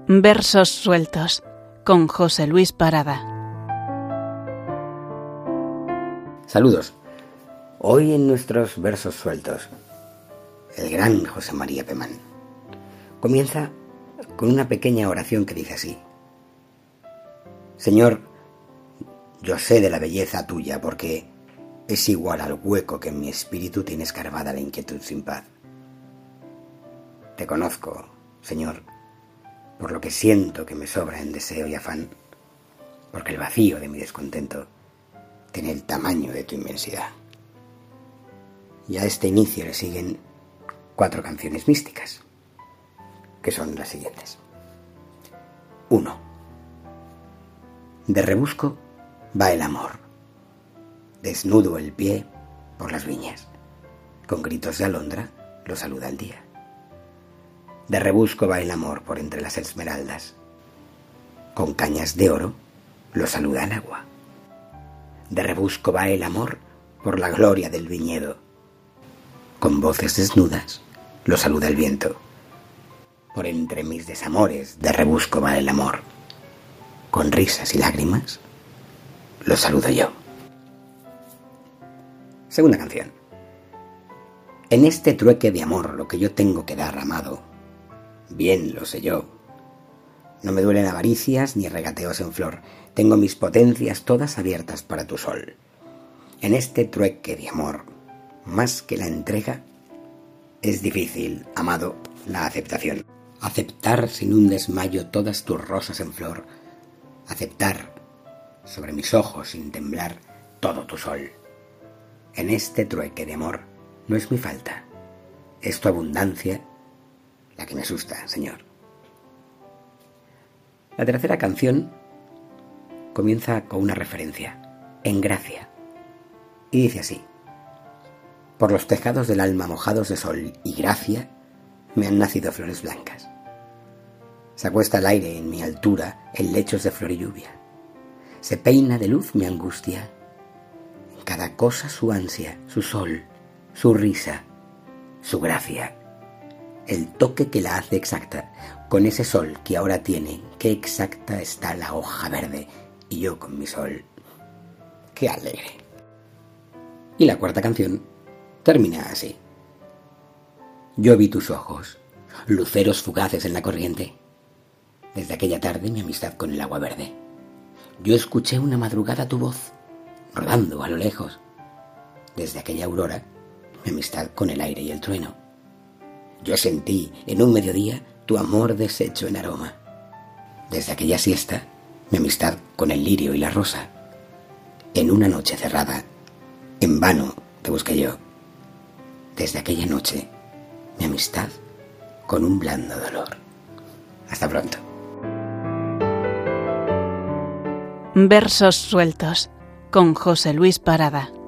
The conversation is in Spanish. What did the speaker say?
Versos sueltos con José Luis Parada. Saludos. Hoy en nuestros versos sueltos, el gran José María Pemán comienza con una pequeña oración que dice así: Señor, yo sé de la belleza tuya porque es igual al hueco que en mi espíritu tiene escarbada la inquietud sin paz. Te conozco, Señor, por lo que siento que me sobra en deseo y afán, porque el vacío de mi descontento tiene el tamaño de tu inmensidad. Y a este inicio le siguen 4 canciones místicas, que son las siguientes. 1. De rebusco va el amor, desnudo el pie por las viñas, con gritos de alondra lo saluda el día. De rebusco va el amor por entre las esmeraldas, con cañas de oro lo saluda el agua. De rebusco va el amor por la gloria del viñedo, con voces desnudas lo saluda el viento. Por entre mis desamores de rebusco va el amor, con risas y lágrimas lo saludo yo. Segunda canción. En este trueque de amor lo que yo tengo que dar, amado, bien lo sé yo. No me duelen avaricias ni regateos en flor, tengo mis potencias todas abiertas para tu sol. En este trueque de amor, más que la entrega, es difícil, amado, la aceptación. Aceptar sin un desmayo todas tus rosas en flor, aceptar sobre mis ojos sin temblar todo tu sol. En este trueque de amor no es mi falta, es tu abundancia la que me asusta, Señor. La tercera canción comienza con una referencia, en gracia, y dice así: por los tejados del alma mojados de sol y gracia me han nacido flores blancas. Se acuesta el aire en mi altura en lechos de flor y lluvia. Se peina de luz mi angustia. En cada cosa su ansia, su sol, su risa, su gracia. El toque que la hace exacta, con ese sol que ahora tiene, qué exacta está la hoja verde, y yo con mi sol, qué alegre. Y la cuarta canción termina así: yo vi tus ojos, luceros fugaces en la corriente. Desde aquella tarde mi amistad con el agua verde. Yo escuché una madrugada tu voz, rodando a lo lejos. Desde aquella aurora mi amistad con el aire y el trueno. Yo sentí en un mediodía tu amor deshecho en aroma. Desde aquella siesta mi amistad con el lirio y la rosa. En una noche cerrada, en vano te busqué yo. Desde aquella noche mi amistad con un blando dolor. Hasta pronto. Versos sueltos con José Luis Parada.